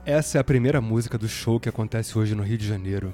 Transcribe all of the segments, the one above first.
Essa é a primeira música do show que acontece hoje no Rio de Janeiro.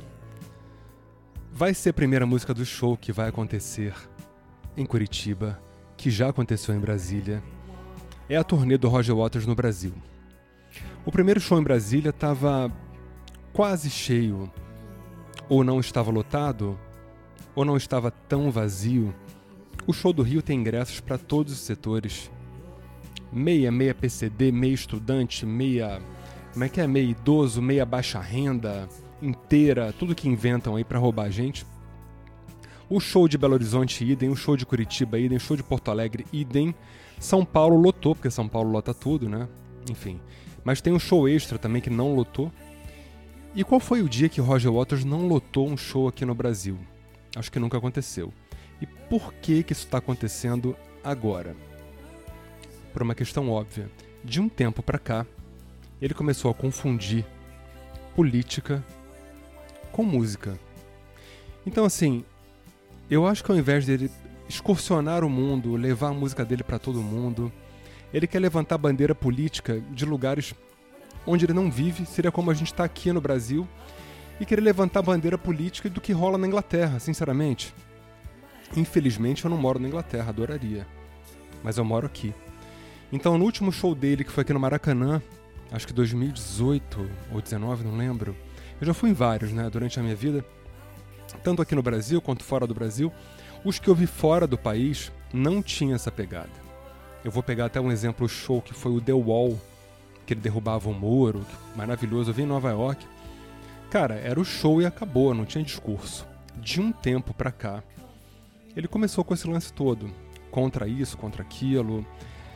Vai ser a primeira música do show que vai acontecer em Curitiba, que já aconteceu em Brasília. É a turnê do Roger Waters no Brasil. O primeiro show em Brasília estava quase cheio, ou não estava lotado, ou não estava tão vazio. O show do Rio tem ingressos para todos os setores. Meia PCD, meia estudante, meia idoso, meia baixa renda, inteira, tudo que inventam aí para roubar a gente. O show de Belo Horizonte, idem. O show de Curitiba, idem. O show de Porto Alegre, idem. São Paulo lotou, porque São Paulo lota tudo, né? Enfim. Mas tem um show extra também que não lotou. E qual foi o dia que Roger Waters não lotou um show aqui no Brasil? Acho que nunca aconteceu. E por que isso está acontecendo agora? Por uma questão óbvia. De um tempo para cá, ele começou a confundir política com música. Então, assim, eu acho que ao invés dele excursionar o mundo, levar a música dele para todo mundo, ele quer levantar bandeira política de lugares onde ele não vive, seria como a gente está aqui no Brasil, e querer levantar bandeira política do que rola na Inglaterra, sinceramente. Infelizmente eu não moro na Inglaterra, adoraria, mas eu moro aqui. Então no último show dele, que foi aqui no Maracanã, acho que 2018 ou 2019, não lembro, eu já fui em vários, né, durante a minha vida, tanto aqui no Brasil quanto fora do Brasil. Os que eu vi fora do país não tinham essa pegada. Eu vou pegar até um exemplo, o show que foi o The Wall, que ele derrubava o muro, maravilhoso, eu vi em Nova York. Cara, era o show e acabou, não tinha discurso. De um tempo pra cá, ele começou com esse lance todo, contra isso, contra aquilo.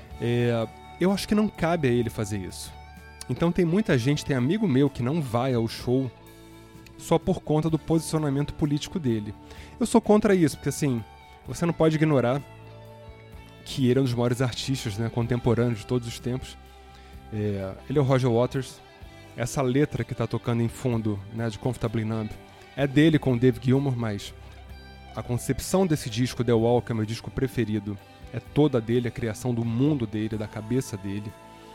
Eu acho que não cabe a ele fazer isso. Então tem muita gente, tem amigo meu que não vai ao show só por conta do posicionamento político dele. Eu sou contra isso, porque assim, você não pode ignorar que ele é um dos maiores artistas, né, contemporâneos de todos os tempos. Ele é o Roger Waters. Essa letra que está tocando em fundo, né, de Comfortably Numb, é dele com o David Gilmour, mas a concepção desse disco, The Wall, que é meu disco preferido, é toda dele, a criação do mundo dele, da cabeça dele.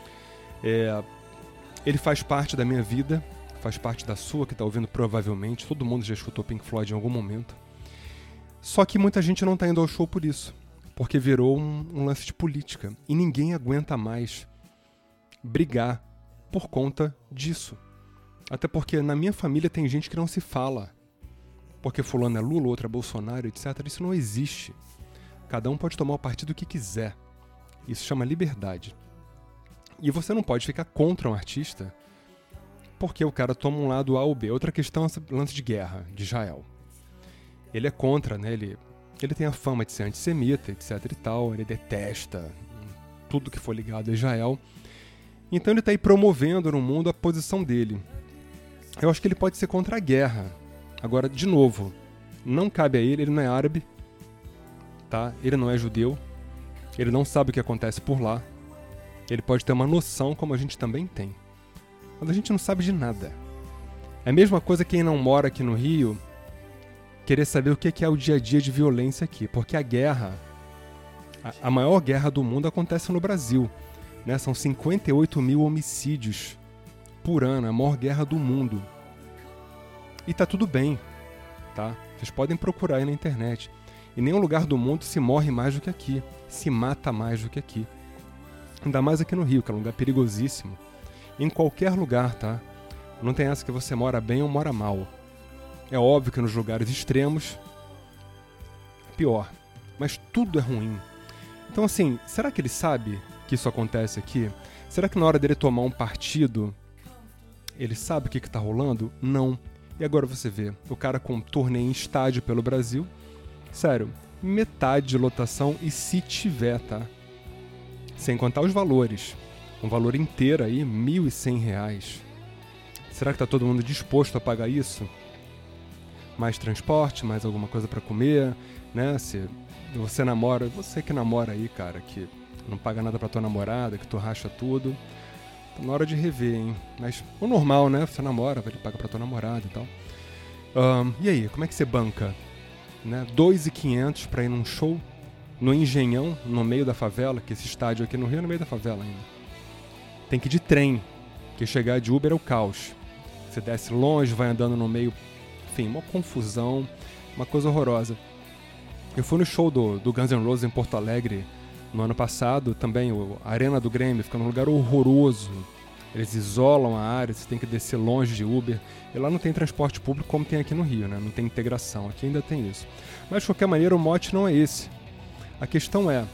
Ele faz parte da minha vida, faz parte da sua, que está ouvindo provavelmente. Todo mundo já escutou Pink Floyd em algum momento. Só que muita gente não está indo ao show por isso, porque virou um lance de política. E ninguém aguenta mais brigar por conta disso. Até porque na minha família tem gente que não se fala. Porque fulano é Lula, outro é Bolsonaro, etc. Isso não existe. Cada um pode tomar o partido que quiser. Isso chama liberdade. E você não pode ficar contra um artista porque o cara toma um lado A ou B. Outra questão é o lance de guerra, de Israel. Ele é contra, né? Ele tem a fama de ser antissemita, etc e tal. Ele detesta tudo que for ligado a Israel. Então ele está aí promovendo no mundo a posição dele. Eu acho que ele pode ser contra a guerra. Agora, de novo, não cabe a ele não é árabe, tá? Ele não é judeu, ele não sabe o que acontece por lá. Ele pode ter uma noção, como a gente também tem. Mas a gente não sabe de nada. É a mesma coisa quem não mora aqui no Rio querer saber o que é o dia a dia de violência aqui. Porque a guerra, a maior guerra do mundo acontece no Brasil. Né? São 58 mil homicídios por ano, a maior guerra do mundo. E tá tudo bem, tá? Vocês podem procurar aí na internet. Em nenhum lugar do mundo se morre mais do que aqui, se mata mais do que aqui. Ainda mais aqui no Rio, que é um lugar perigosíssimo. Em qualquer lugar, tá? Não tem essa que você mora bem ou mora mal. É óbvio que nos lugares extremos é pior, mas tudo é ruim. Então assim, será que ele sabe que isso acontece aqui? Será que na hora dele tomar um partido, ele sabe o que está rolando? Não. E agora você vê, o cara com turnê em estádio pelo Brasil, sério, metade de lotação, e se tiver, tá? Sem contar os valores. Um valor inteiro aí, R$ 1.100. Será que tá todo mundo disposto a pagar isso? Mais transporte, mais alguma coisa para comer, né? Se você namora, você que namora aí, cara, que não paga nada pra tua namorada, que tu racha tudo, tá na hora de rever, hein? Mas o normal, né? Você namora, ele paga pra tua namorada e tal. E aí, como é que você banca? Né? 2.500 pra ir num show no Engenhão, no meio da favela, que esse estádio aqui no Rio é no meio da favela ainda. Tem que ir de trem. Que chegar de Uber é o caos. Você desce longe, vai andando no meio, enfim, uma confusão, uma coisa horrorosa. Eu fui no show do Guns N' Roses em Porto Alegre no ano passado, também a Arena do Grêmio fica num lugar horroroso. Eles isolam a área, você tem que descer longe de Uber. E lá não tem transporte público como tem aqui no Rio, né? Não tem integração, aqui ainda tem isso. Mas de qualquer maneira o mote não é esse. A questão é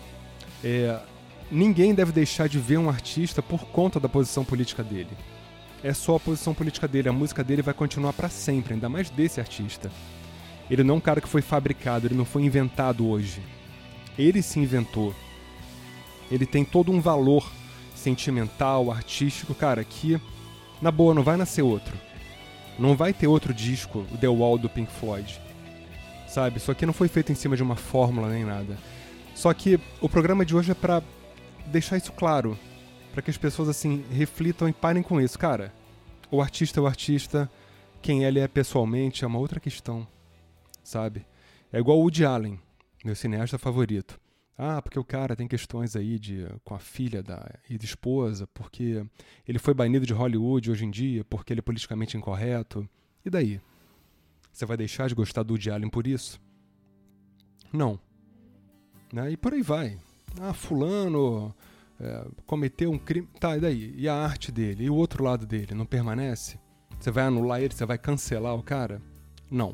ninguém deve deixar de ver um artista por conta da posição política dele. É só a posição política dele, a música dele vai continuar para sempre, ainda mais desse artista. Ele não é um cara que foi fabricado, ele não foi inventado hoje. Ele se inventou. Ele tem todo um valor sentimental, artístico, cara, que, na boa, não vai nascer outro. Não vai ter outro disco, o The Wall do Pink Floyd. Sabe? Isso aqui não foi feito em cima de uma fórmula nem nada. Só que o programa de hoje é pra deixar isso claro. Pra que as pessoas, assim, reflitam e parem com isso. Cara, o artista é o artista, quem ele é pessoalmente é uma outra questão. Sabe? É igual o Woody Allen, meu cineasta favorito. Ah, porque o cara tem questões aí com a filha da esposa, porque ele foi banido de Hollywood hoje em dia, porque ele é politicamente incorreto. E daí? Você vai deixar de gostar do Woody Allen por isso? Não. Né? E por aí vai. Ah, fulano cometeu um crime. Tá, e daí? E a arte dele? E o outro lado dele? Não permanece? Você vai anular ele? Você vai cancelar o cara? Não.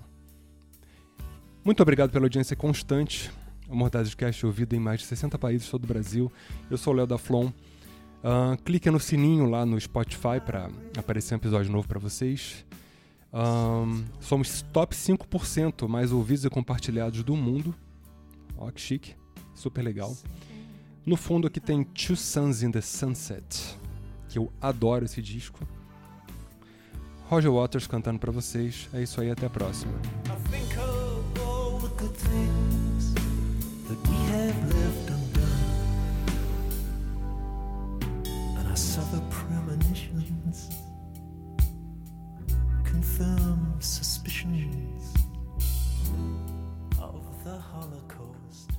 Muito obrigado pela audiência constante. O Mordazcast é ouvido em mais de 60 países, todo o Brasil. Eu sou o Léo da Flon. Clique no sininho lá no Spotify para aparecer um episódio novo para vocês. Somos top 5% mais ouvidos e compartilhados do mundo. Ó, que chique. Super legal. No fundo aqui tem Two Suns in the Sunset, que eu adoro esse disco. Roger Waters cantando para vocês. É isso aí, até a próxima. That we have left undone, and I suffer premonitions, confirm suspicions of the Holocaust.